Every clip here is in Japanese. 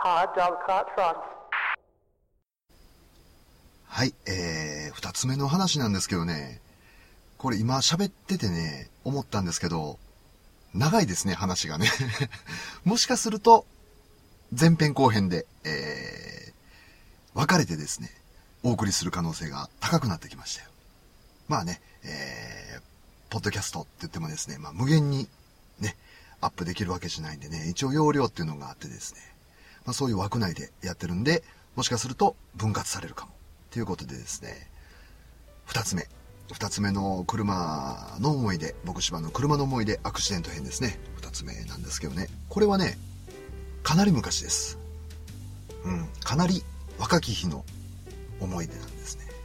Hard dog cart front. はい、二つ目の話なんですけどね、これ今喋っててね、思ったんですけど、長いですね、話がね。もしかすると、前編後編で、分かれてですね、お送りする可能性が高くなってきましたよ。まあね、ポッドキャストって言ってもですね、まあ無限にね、アップできるわけじゃないんでね、一応容量っていうのがあってですね、まあそういう枠内でやってるんで、もしかすると分割されるかも。ということでですね、二つ目の車の思い出、僕芝の車の思い出アクシデント編ですね。二つ目なんですけどね、これはね、かなり昔です。かなり若き日の思い出なんですね。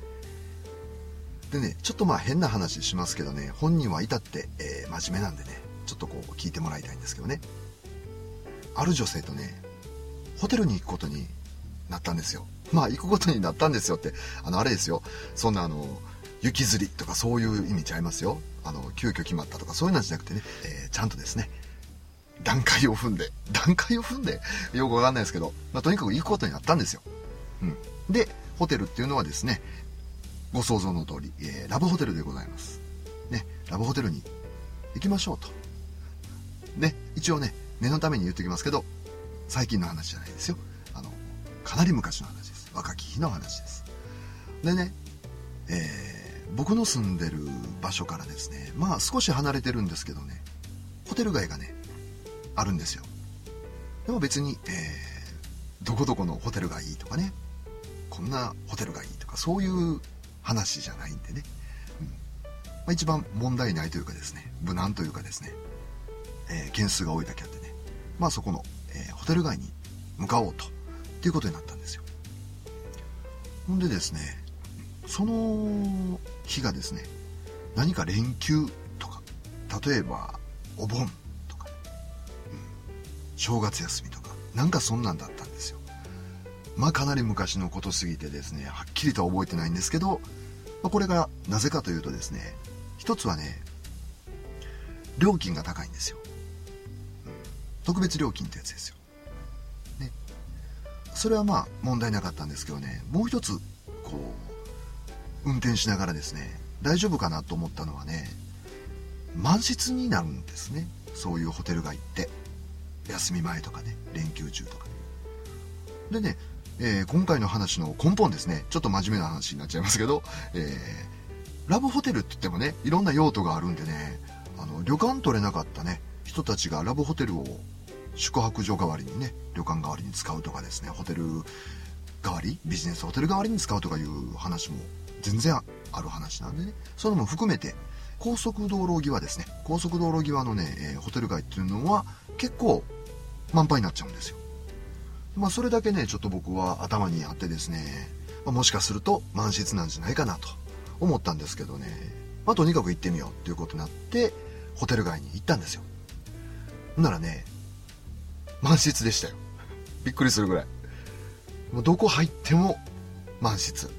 でね、ちょっとまあ変な話しますけどね、本人は至って、真面目なんでね、ちょっとこう聞いてもらいたいんですけどね。ある女性とね、ホテルに行くことになったんですよ。まあ行くことになったんですよって、あれですよ。そんな雪吊りとかそういう意味ちゃいますよ。急遽決まったとかそういうのじゃなくてね、ちゃんとですね、段階を踏んで、よくわかんないですけど、まあとにかく行くことになったんですよ。で、ホテルっていうのはですね、ご想像の通り、ラブホテルでございます。ね、ラブホテルに行きましょうと。ね、一応ね、念のために言っておきますけど、最近の話じゃないですよ。かなり昔の話です。若き日の話です。でね、僕の住んでる場所からですね、まあ少し離れてるんですけどね、ホテル街がね、あるんですよ。でも別に、どこどこのホテルがいいとかね、こんなホテルがいいとか、そういう話じゃないんでね、まあ、一番問題ないというかですね、無難というかですね、件数が多いだけあってね、まあそこの、ホテル街に向かおうということになったんですよ。ほんでですね、その日がですね、何か連休とか、例えばお盆とか、正月休みとか、なんかそんなんだったんですよ。まあかなり昔のことすぎてですね、はっきりとは覚えてないんですけど、まあ、これがなぜかというとですね、一つはね、料金が高いんですよ。特別料金ってやつですよ。ね。それはまあ問題なかったんですけどね、もう一つ、こう、運転しながらですね、大丈夫かなと思ったのはね、満室になるんですね。そういうホテル街って。休み前とかね、連休中とかね。でね、今回の話の根本ですね、ちょっと真面目な話になっちゃいますけど、ラブホテルって言ってもね、いろんな用途があるんでね、旅館取れなかったね、人たちがラブホテルを宿泊所代わりにね、旅館代わりに使うとかですね、ホテル代わり、ビジネスホテル代わりに使うとかいう話も全然ある話なんでね、そういうのも含めて、高速道路際ですね、高速道路際のね、ホテル街っていうのは結構満杯になっちゃうんですよ。まあそれだけね、ちょっと僕は頭にあってですね、まあ、もしかすると満室なんじゃないかなと思ったんですけどね、まあとにかく行ってみようっていうことになってホテル街に行ったんですよ。ならね、満室でしたよ。びっくりするぐらい。もうどこ入っても満室。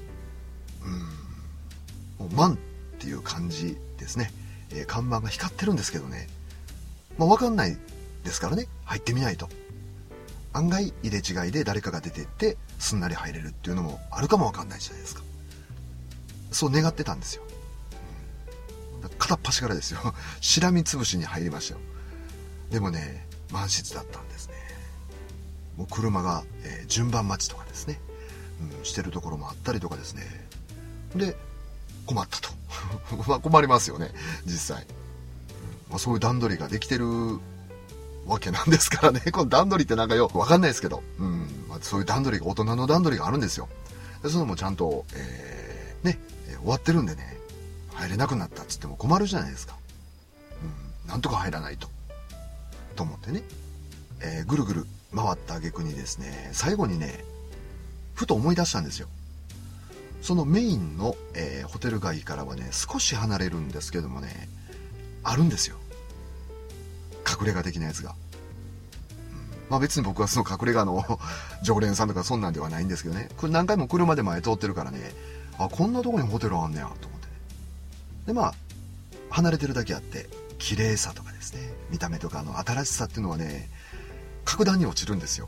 もう満っていう感じですね。看板が光ってるんですけどね、まあ分かんないですからね、入ってみないと。案外入れ違いで誰かが出てってすんなり入れるっていうのもあるかもわかんないじゃないですか。そう願ってたんですよ。片っ端からですよ。しらみつぶしに入りましたよ。でもね、満室だったんですね。もう車が、順番待ちとかですね、してるところもあったりとかですね。で、困ったと。まあ困りますよね、実際。まあ、そういう段取りができてるわけなんですからね。この段取りってなんかよくわかんないですけど、まあ、そういう段取りが、大人の段取りがあるんですよ。でそういうのもちゃんと、終わってるんでね、入れなくなったっつっても困るじゃないですか。なんとか入らないと思ってね、ぐるぐる回った挙句にですね、最後にね、ふと思い出したんですよ。そのメインの、ホテル街からはね、少し離れるんですけどもね、あるんですよ、隠れ家的なやつが。まあ別に僕はその隠れ家の常連さんとかそんなんではないんですけどね、これ何回も車で前通ってるからね、あ、こんなとこにホテルあんねやと思ってね。でまあ離れてるだけあって綺麗さとかですね、見た目とか新しさっていうのはね、格段に落ちるんですよ。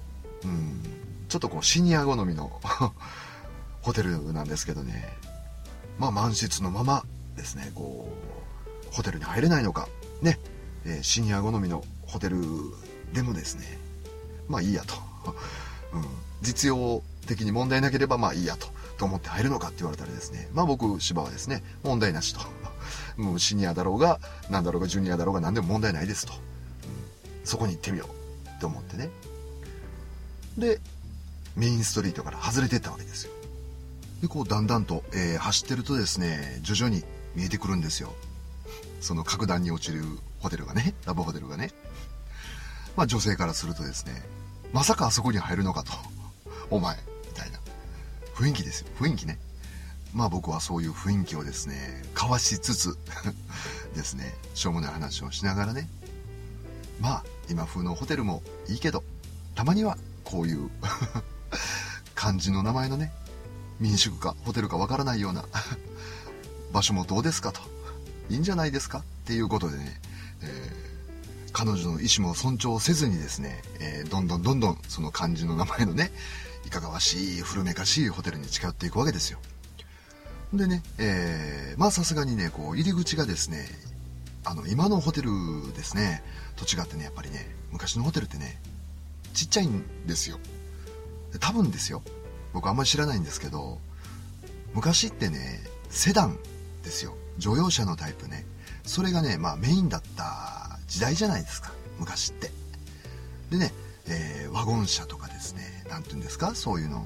ちょっとこうシニア好みのホテルなんですけどね、まあ満室のままですね、こうホテルに入れないのかね、シニア好みのホテルでもですね、まあいいやと、実用的に問題なければまあいいやと思って入るのかって言われたらですね、まあ僕芝はですね、問題なしともうシニアだろうが何だろうがジュニアだろうが何でも問題ないですと、そこに行ってみようって思ってね、でメインストリートから外れていったわけですよ。でこうだんだんと、走ってるとですね、徐々に見えてくるんですよ、その格段に落ちるホテルがね、ラブホテルがね。まあ女性からするとですね、まさかあそこに入るのかとお前みたいな雰囲気ですよ、雰囲気ね。まあ僕はそういう雰囲気をですね交わしつつですね、しょうもない話をしながらね、まあ今風のホテルもいいけど、たまにはこういう漢字の名前のね、民宿かホテルかわからないような場所もどうですかと、いいんじゃないですかっていうことでね、彼女の意思も尊重せずにですね、どんどんその漢字の名前のね、いかがわしい古めかしいホテルに近寄っていくわけですよ。でね、まあさすがにね、こう入り口がですね、今のホテルですねと違ってね、やっぱりね、昔のホテルってねちっちゃいんですよ。多分ですよ、僕あんまり知らないんですけど、昔ってねセダンですよ、乗用車のタイプね、それがねまあメインだった時代じゃないですか昔って。でね、ワゴン車とかですね、なんていうんですか、そういうの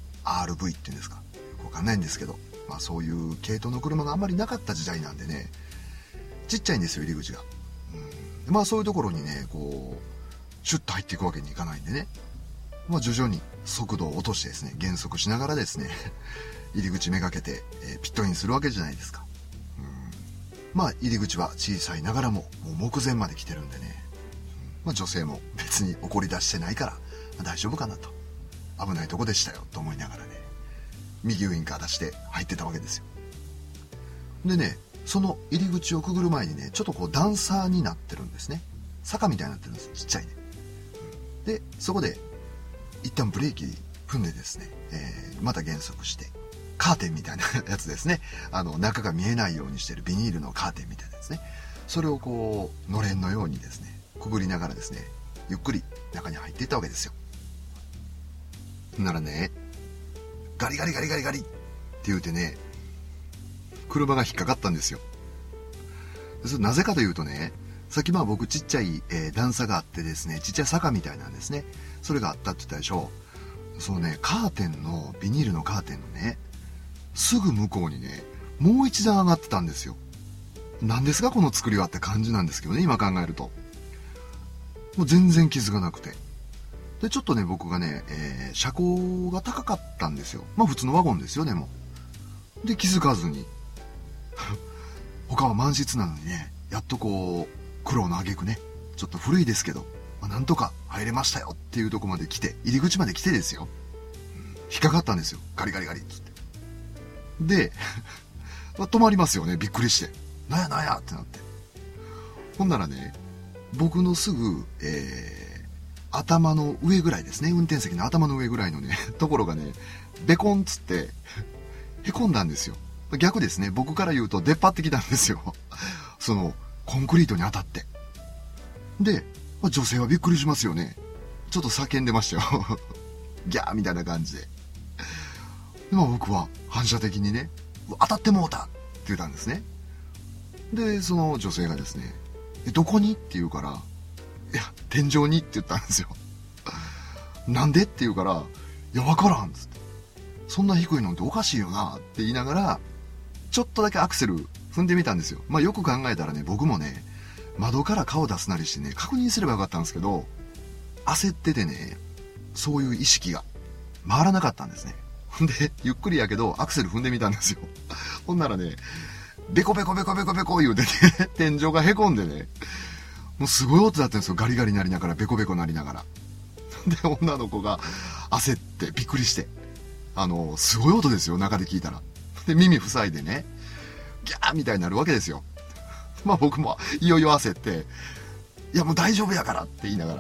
RV っていうんですか、よくわかんないんですけど、まあそういう系統の車があんまりなかった時代なんでね、ちっちゃいんですよ入り口が。まあそういうところにね、こうシュッと入っていくわけにいかないんでね、まあ徐々に速度を落としてですね、減速しながらですね入り口めがけて、ピットインするわけじゃないですか。まあ入り口は小さいながらももう目前まで来てるんでね、まあ、女性も別に怒り出してないから、まあ、大丈夫かなと、危ないとこでしたよと思いながらね、右ウインカー出して入ってたわけですよ。でね、その入り口をくぐる前にね、ちょっとこう段差になってるんですね、坂みたいになってるんです、ちっちゃいね。でそこで一旦ブレーキ踏んでですね、また減速して、カーテンみたいなやつですね、中が見えないようにしてるビニールのカーテンみたいなやつね、それをこうのれんのようにですねくぐりながらですね、ゆっくり中に入っていったわけですよ。ならね、ガリガリガリガリガリって言うてね、車が引っかかったんですよ。それなぜかというとね、さっきまあ僕ちっちゃい、段差があってですね、ちっちゃい坂みたいなんですね、それがあったって言ったでしょう。そのね、カーテンのビニールのカーテンのね、すぐ向こうにねもう一段上がってたんですよ。何ですかこの作りはって感じなんですけどね、今考えると。もう全然気づかなくて、でちょっとね僕がね、車高が高かったんですよ。まあ普通のワゴンですよね、もう。で気づかずに他は満室なのにね、やっとこう苦労の挙句ね、ちょっと古いですけど、まあ、なんとか入れましたよっていうとこまで来て、入り口まで来てですよ、引っかかったんですよ、ガリガリガリっつって。でまあ止まりますよね、びっくりして、なんやなんやってなって。ほんならね、僕のすぐ、頭の上ぐらいですね、運転席の頭の上ぐらいのねところがね、ベコンっつってへこんだんですよ。逆ですね、僕から言うと出っ張ってきたんですよそのコンクリートに当たって。で、まあ、女性はびっくりしますよね、ちょっと叫んでましたよギャーみたいな感じで。まあ僕は反射的にね、当たってもうたって言ったんですね。でその女性がですね、どこにって言うから、いや天井にって言ったんですよなんでって言うから、いや分からんっつって、そんな低いのっておかしいよなって言いながら、ちょっとだけアクセル踏んでみたんですよ。まあよく考えたらね、僕もね窓から顔出すなりしてね確認すればよかったんですけど、焦っててね、そういう意識が回らなかったんですね。でゆっくりやけどアクセル踏んでみたんですよ。ほんならね、ベコベコベコベコベコ言うてね天井がへこんでね、もうすごい音だったんですよ、ガリガリなりながらベコベコなりながら。で女の子が焦ってびっくりして、すごい音ですよ、中で聞いたら。で耳塞いでね、ギャーみたいになるわけですよ。まあ僕もいよいよ焦って、いやもう大丈夫やからって言いながら、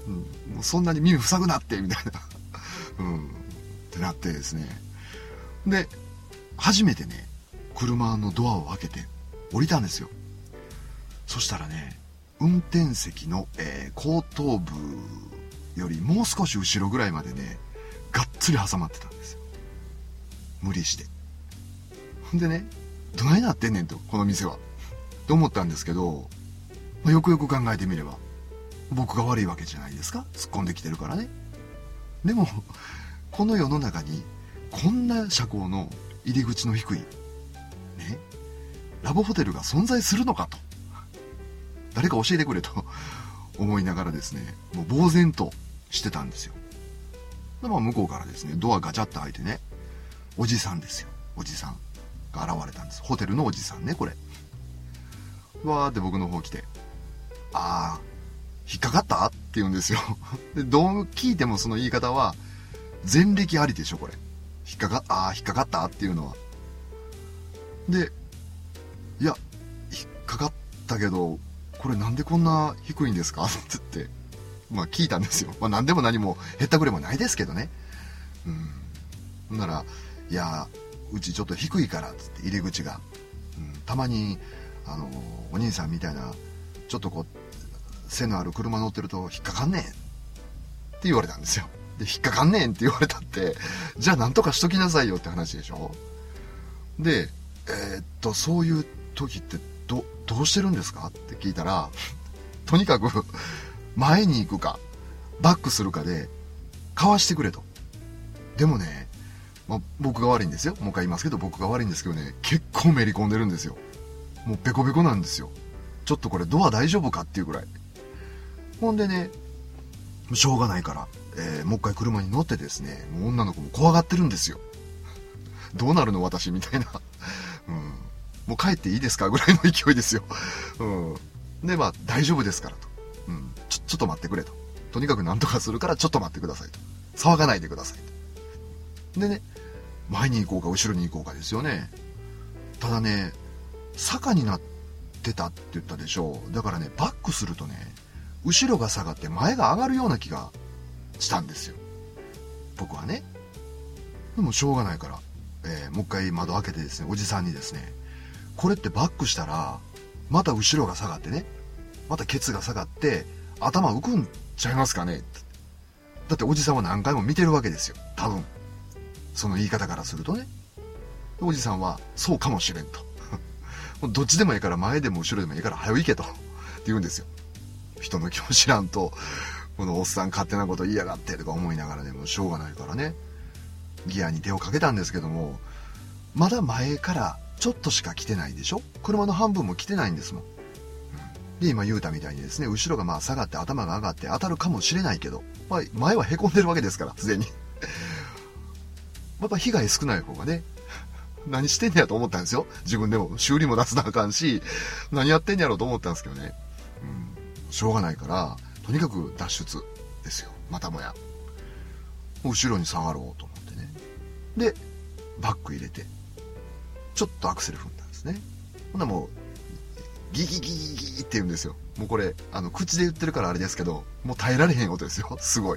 もうそんなに耳塞ぐなってみたいなってなってですね。で初めてね車のドアを開けて降りたんですよ。そしたらね運転席の、後頭部よりもう少し後ろぐらいまでねがっつり挟まってたんですよ。無理して。ほんでね、どないなってんねんとこの店はと思ったんですけど、よくよく考えてみれば僕が悪いわけじゃないですか、突っ込んできてるからね。でもこの世の中にこんな車高の入り口の低いねラブホテルが存在するのかと、誰か教えてくれと思いながらですね、もう呆然としてたんですよ。で、向こうからですねドアガチャッと開いてね、おじさんですよ、おじさんが現れたんです。ホテルのおじさんね、これわーって僕の方来て、あー引っかかったって言うんですよ。でどう聞いてもその言い方は前歴ありでしょこれ。引っかかったっていうのは。でいや引っかかったけどこれなんでこんな低いんですかって言って聞いたんですよ。何でも何もへったくれもないですけどね。ほんなら、いやうちちょっと低いからっつって入り口が、たまにお兄さんみたいなちょっとこう背のある車乗ってると引っかかんねんって言われたんですよ。で引っかかんねんって言われたって、じゃあなんとかしときなさいよって話でしょ。でそういう時ってどうしてるんですかって聞いたら、とにかく前に行くかバックするかでかわしてくれと。でもね、僕が悪いんですよ。もう一回言いますけど僕が悪いんですけどね、結構めり込んでるんですよ。もうベコベコなんですよ。ちょっとこれドア大丈夫かっていうぐらい。ほんでね、しょうがないから、もう一回車に乗ってですね、もう女の子も怖がってるんですよ。どうなるの私みたいな、もう帰っていいですかぐらいの勢いですよ。で大丈夫ですからと、ちょっと待ってくれと、とにかく何とかするからちょっと待ってくださいと、騒がないでくださいと。でね、前に行こうか後ろに行こうかですよね。ただね、坂になってたって言ったでしょう。だからね、バックするとね、後ろが下がって前が上がるような気がしたんですよ、僕はね。でもしょうがないから、もう一回窓開けてですね、おじさんにですね、これってバックしたらまた後ろが下がってね、またケツが下がって頭浮くんちゃいますかねって。だっておじさんは何回も見てるわけですよ、多分その言い方からするとね。おじさんはそうかもしれんとどっちでもいいから前でも後ろでもいいから早行けとって言うんですよ。人の気も知らんとこのおっさん勝手なこと言いやがってとか思いながらね、もうしょうがないからねギアに手をかけたんですけども、まだ前からちょっとしか来てないでしょ。車の半分も来てないんですもん。で今言うたみたいにですね、後ろが下がって頭が上がって当たるかもしれないけど、前はへこんでるわけですからすでにやっぱ被害少ない方がね、何してんねやと思ったんですよ。自分でも修理も出すなあかんし、何やってんやろうと思ったんですけどね、しょうがないからとにかく脱出ですよ。またもや後ろに下がろうと思ってね、でバック入れてちょっとアクセル踏んだんですね。ほんなもうギギギギギって言うんですよ。もうこれ口で言ってるからあれですけど、もう耐えられへん音ですよ、すごい。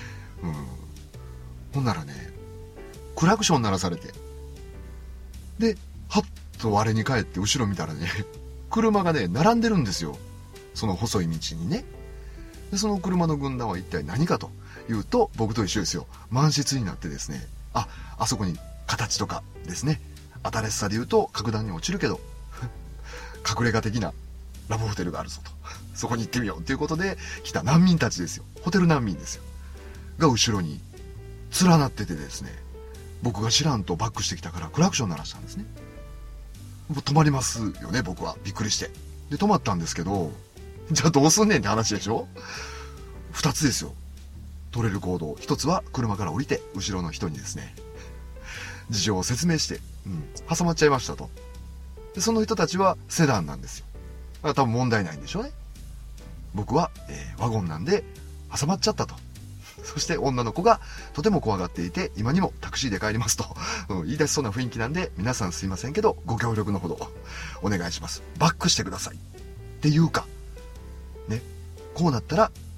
ほんならね、クラクション鳴らされて、ではっと我に返って後ろ見たらね、車がね並んでるんですよ、その細い道にね。でその車の軍団は一体何かというと、僕と一緒ですよ。満室になってですね、あそこに形とかですね、新しさで言うと格段に落ちるけど隠れ家的なラブホテルがあるぞと、そこに行ってみようということで来た難民たちですよ。ホテル難民ですよが後ろに連なっててですね、僕が知らんとバックしてきたからクラクション鳴らしたんですね。もう止まりますよね、僕はびっくりして。で止まったんですけど、じゃあどうすんねんって話でしょ。2つですよ取れる行動。1つは車から降りて後ろの人にですね事情を説明して、挟まっちゃいましたと。でその人たちはセダンなんですよ。だから多分問題ないんでしょうね。僕は、ワゴンなんで挟まっちゃったと。そして女の子がとても怖がっていて、今にもタクシーで帰りますと、言い出しそうな雰囲気なんで、皆さんすいませんけどご協力のほどお願いします、バックしてくださいっていうかね。こうなったら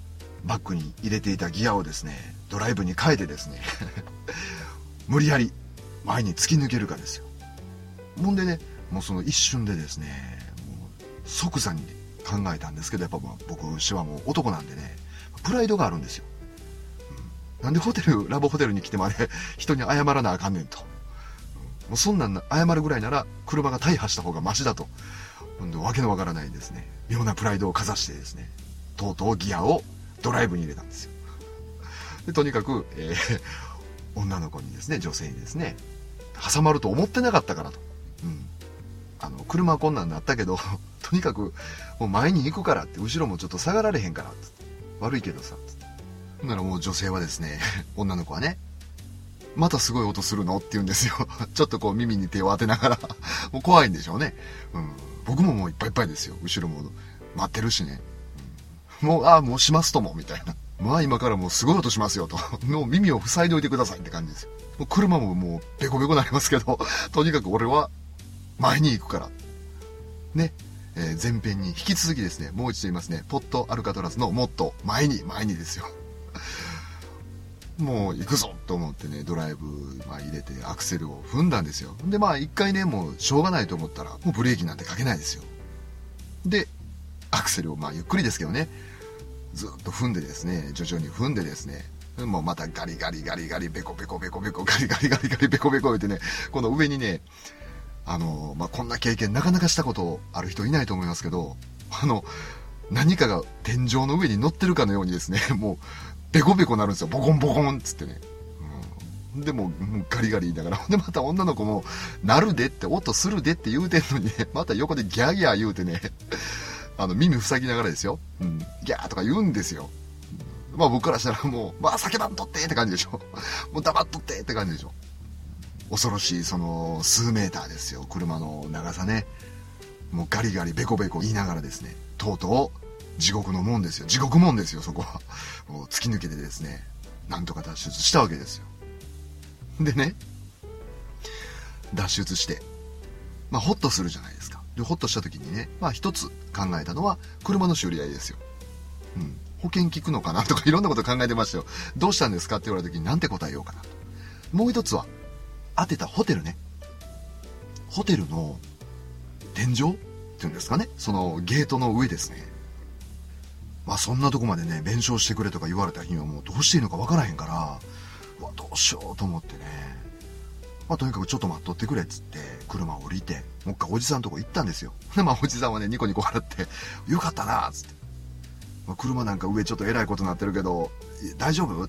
バッグに入れていたギアをですね、ドライブに変えてですね無理やり前に突き抜けるかですよ。ほんでね、もうその一瞬でですね、もう即座に考えたんですけど、やっぱ僕はもう男なんでね、プライドがあるんですよ。なんでラブホテルに来てまで人に謝らなあかんねんと。もうそんなん謝るぐらいなら車が大破した方がマシだと。ほんでわけのわからないですね、妙なプライドをかざしてですね、とうとうギアをドライブに入れたんですよ。でとにかく、女の子にですね、女性にですね、挟まると思ってなかったからと。車はこんなんなったけどとにかくもう前に行くからって、後ろもちょっと下がられへんからって、悪いけどさって。ほんならもう女性はですね、女の子はね、またすごい音するのって言うんですよ。ちょっとこう耳に手を当てながらもう怖いんでしょうね。僕ももういっぱいいっぱいですよ。後ろも待ってるしね。もうしますともみたいな。まあ今からもうすごい音しますよと。もう耳を塞いでおいてくださいって感じですよ。もう車ももうベコベコになりますけど、とにかく俺は前に行くからね。前編に引き続きですね、もう一度言いますね。ポットアルカトラスのもっと前にですよ。もう行くぞと思ってね、ドライブ、入れてアクセルを踏んだんですよ。で一回ね、もうしょうがないと思ったらもうブレーキなんてかけないですよ。でアクセルをゆっくりですけどね、ずっと踏んでですね、徐々に踏んでですね、もうまたガリガリガリガリベコベコベコベコガリガリガリガリベコベコってね、この上にね、こんな経験なかなかしたことある人いないと思いますけど、何かが天井の上に乗ってるかのようにですね、もうベコベコなるんですよ。ボコンボコンっつってね。でもうガリガリ言いながら、でまた女の子もなるでって、音するでって言うてんのにね、また横でギャーギャー言うてね、耳塞ぎながらですよ、ギャーとか言うんですよ。僕からしたらもう叫ばんとってって感じでしょ。もう黙っとってって感じでしょ。恐ろしいその数メーターですよ、車の長さね。もうガリガリベコベコ言いながらですね、とうとう地獄の門ですよ。地獄門ですよ、そこは。もう突き抜けてですね、なんとか脱出したわけですよ。でね、脱出してホッとするじゃないですか。でホッとした時にね、一つ考えたのは車の修理代ですよ。保険効くのかなとかいろんなこと考えてましたよ。どうしたんですかって言われた時になんて答えようかなと。もう一つは当てたホテルね。ホテルの天井っていうんですかね、そのゲートの上ですね。そんなとこまでね、弁償してくれとか言われた日はもうどうしていいのかわからへんから、どうしようと思ってね、とにかくちょっと待っとってくれっつって車を降りて、もう一回おじさんのとこ行ったんですよ。でおじさんはね、ニコニコ笑ってよかったなっつって、車なんか上ちょっとえらいことになってるけど大丈夫っつって、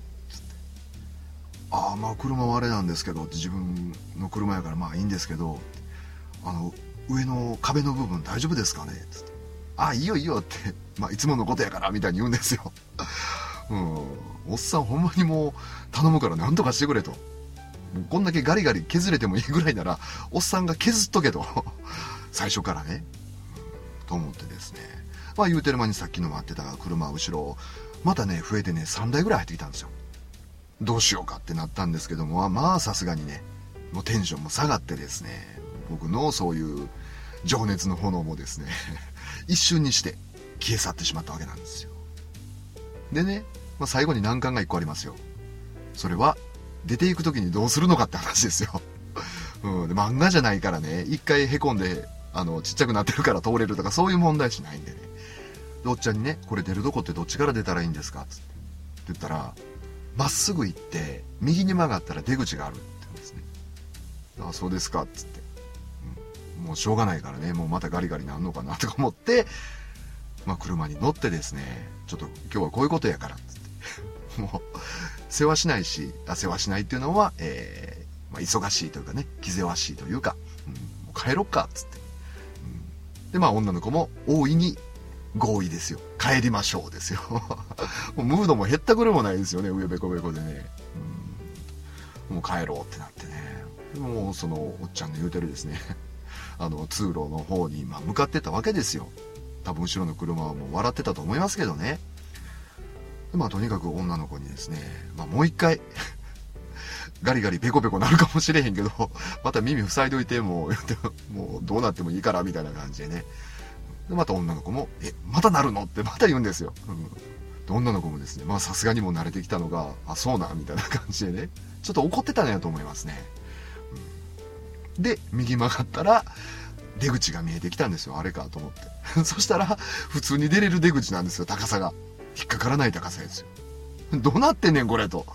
車はあれなんですけどって、自分の車やからいいんですけど、上の壁の部分大丈夫ですかねっつって、いいよいいよって、いつものことやからみたいに言うんですよ。おっさんほんまにもう頼むから何とかしてくれと。こんだけガリガリ削れてもいいぐらいならおっさんが削っとけと最初からね、と思ってですね、言うてる間にさっきの待ってた車後ろまたね増えてね、3台ぐらい入ってきたんですよ。どうしようかってなったんですけども、さすがにね、もうテンションも下がってですね、僕のそういう情熱の炎もですね一瞬にして消え去ってしまったわけなんですよ。でね、最後に難関が1個ありますよ。それは出ていく時にどうするのかって話ですよ。で漫画じゃないからね、一回へこんでちっちゃくなってるから通れるとかそういう問題しないんでね。でおっちゃんにね、これ出るとこってどっちから出たらいいんですかって言ったら、まっすぐ行って右に曲がったら出口があるって言うんですね。そうですかっつって、もうしょうがないからね、もうまたガリガリなんのかなとか思って、車に乗ってですね、ちょっと今日はこういうことやからっつってもう世話しないし、世話しないっていうのは、忙しいというかね、気ぜわしいというか、もう帰ろっかっつって、で女の子も大いに合意ですよ。帰りましょうですよ。もうムードもへったくれもないですよね、上ベコベコでね。もう帰ろうってなってね、もうそのおっちゃんの言うてるですね通路の方に向かってたわけですよ。多分後ろの車はもう笑ってたと思いますけどね。でとにかく女の子にですね、もう一回ガリガリペコペコなるかもしれへんけど、また耳塞いどいて、もうどうなってもいいからみたいな感じでね。でまた女の子もまたなるのってまた言うんですよ。 女の子もですね、まあさすがにもう慣れてきたのが、あ、そうな、みたいな感じでね、ちょっと怒ってたんやと思いますね。で、右曲がったら、出口が見えてきたんですよ、あれかと思って。そしたら、普通に出れる出口なんですよ、高さが。引っかからない高さですよ。どうなってんねん、これと。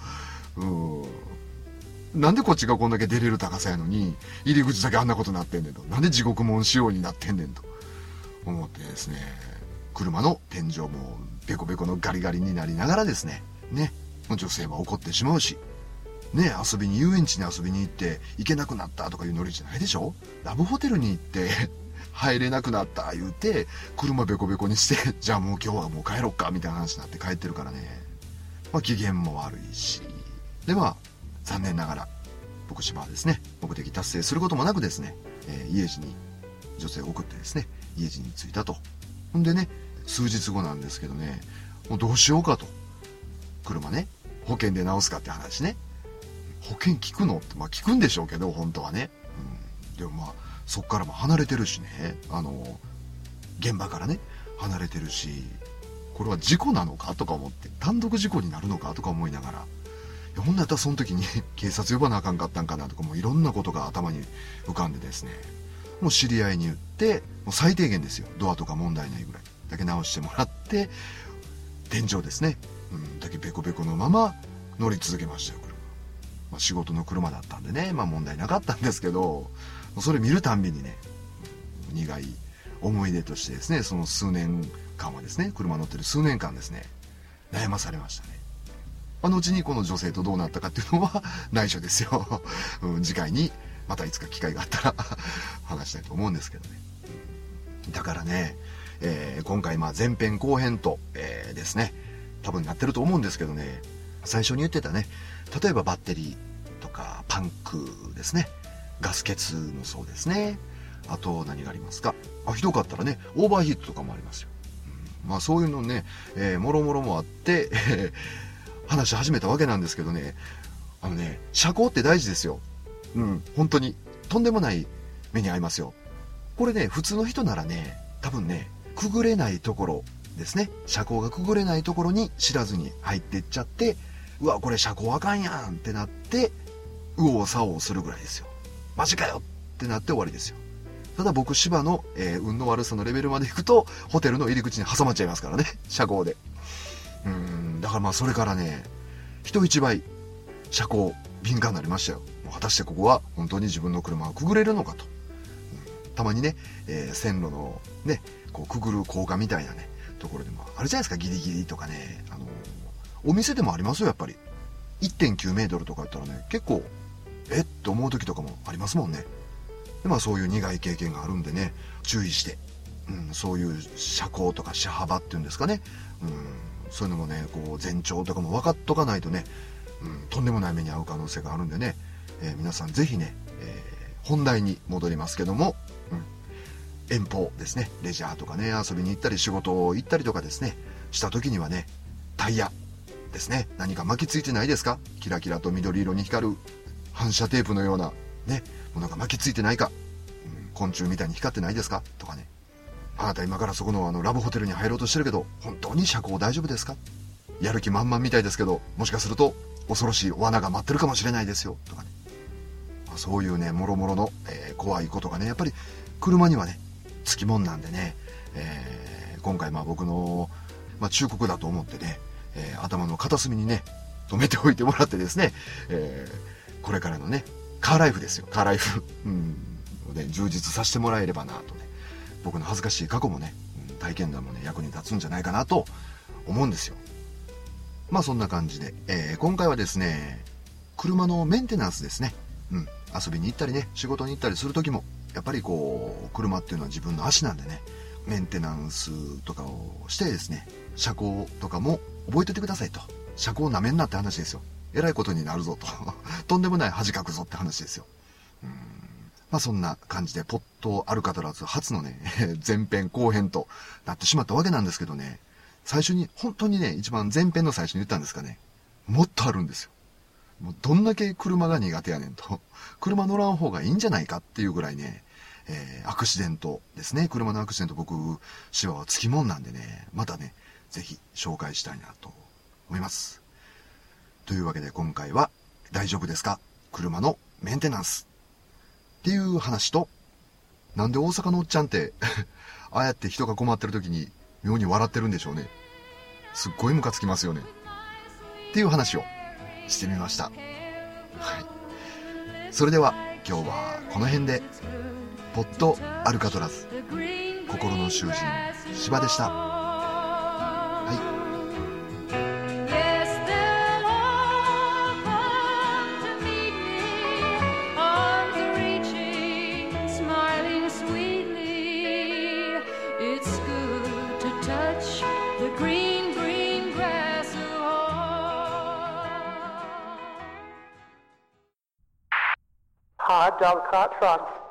なんでこっちがこんだけ出れる高さやのに、入り口だけあんなことなってんねんと。なんで地獄門仕様になってんねんと。思ってですね、車の天井もベコベコのガリガリになりながらですね、女性は怒ってしまうし、遊びに、遊園地に遊びに行って行けなくなったとかいうノリじゃないでしょ。ラブホテルに行って入れなくなった言うて、車ベコベコにして、じゃあもう今日はもう帰ろっかみたいな話になって帰ってるからね。まあ機嫌も悪いし。でまあ、残念ながら、僕芝はですね、目的達成することもなくですね、家路に女性を送ってですね、家路に着いたと。ほんでね、数日後なんですけどね、もうどうしようかと。車ね、保険で直すかって話ね。保険効くのって、まあ効くんでしょうけど、本当はね。でもまあ、そっからも離れてるしね、現場からね、離れてるし、これは事故なのかとか思って、単独事故になるのかとか思いながら、いや、ほんなやったらその時に警察呼ばなあかんかったんかなとか、もういろんなことが頭に浮かんでですね、もう知り合いに言って、もう最低限ですよ、ドアとか問題ないぐらいだけ直してもらって、天井ですね、だけベコベコのまま乗り続けましたよ、車。まあ、仕事の車だったんでね、まあ問題なかったんですけど、それ見るたんびにね、苦い思い出としてですね、その数年間はですね、車乗ってる数年間ですね、悩まされましたね。後にこの女性とどうなったかっていうのは内緒ですよ。次回にまたいつか機会があったら話したいと思うんですけどね。だからね、今回まあ前編後編と、ですね、多分なってると思うんですけどね、最初に言ってたね、例えばバッテリーとかパンクですね、ガス欠もそうですね、あと何がありますか、ひどかったらね、オーバーヒートとかもありますよ。まあそういうのね、もろもろもあって話し始めたわけなんですけどね、車高って大事ですよ。本当にとんでもない目に遭いますよ。これね、普通の人ならね、多分ね、くぐれないところですね、車高がくぐれないところに知らずに入っていっちゃって、うわ、これ車高あかんやんってなって右往左往するぐらいですよ。マジかよってなって終わりですよ。ただ僕芝の、運の悪さのレベルまで行くとホテルの入り口に挟まっちゃいますからね、車高で。だからまあそれからね、人一倍車高敏感になりましたよ。もう果たしてここは本当に自分の車をくぐれるのかと。たまにね、線路のね、こうくぐる高架みたいなねところでもあるじゃないですか、ギリギリとかね、お店でもありますよ、やっぱり 1.9 メートルとか言ったらね、結構って思う時とかもありますもんね。でまあそういう苦い経験があるんでね、注意して、そういう車高とか車幅っていうんですかね、そういうのもね、こう全長とかも分かっとかないとね、とんでもない目に遭う可能性があるんでね、皆さんぜひね、本題に戻りますけども、遠方ですね、レジャーとかね、遊びに行ったり仕事を行ったりとかですねした時にはね、タイヤですね、何か巻きついてないですか？キラキラと緑色に光る反射テープのようなね、もうなんか巻きついてないか、昆虫みたいに光ってないですかとかね、あなた今からそこのラブホテルに入ろうとしてるけど本当に車高大丈夫ですか？やる気満々みたいですけど、もしかすると恐ろしい罠が待ってるかもしれないですよとかね、そういうね、もろもろの、怖いことがね、やっぱり車にはねつきもんなんでね、今回まあ僕の、忠告だと思ってね、頭の片隅にね止めておいてもらってですね、これからのねカーライフですよ、カーライフね、充実させてもらえればなとね、僕の恥ずかしい過去もね、体験談もね役に立つんじゃないかなと思うんですよ。まあそんな感じで、今回はですね、車のメンテナンスですね。遊びに行ったりね、仕事に行ったりする時もやっぱりこう車っていうのは自分の足なんでね、メンテナンスとかをしてですね、車高とかも覚えておいてくださいと。車高なめんなって話ですよ。えらいことになるぞととんでもない恥かくぞって話ですよ。まあそんな感じでポットアルカトラズ初のね前編後編となってしまったわけなんですけどね、最初に本当にね、一番前編の最初に言ったんですかね、もっとあるんですよ。もうどんだけ車が苦手やねんと、車乗らん方がいいんじゃないかっていうぐらいね、アクシデントですね、車のアクシデント、僕芝はつきもんなんでね、またねぜひ紹介したいなと思います。というわけで今回は大丈夫ですか？車のメンテナンスっていう話と、なんで大阪のおっちゃんってああやって人が困ってる時に妙に笑ってるんでしょうね。すっごいムカつきますよねっていう話をしてみました。はい。それでは今日はこの辺で。ポッドアルカトラズ、心の囚人柴でした。はい。 Hard dog cart trot.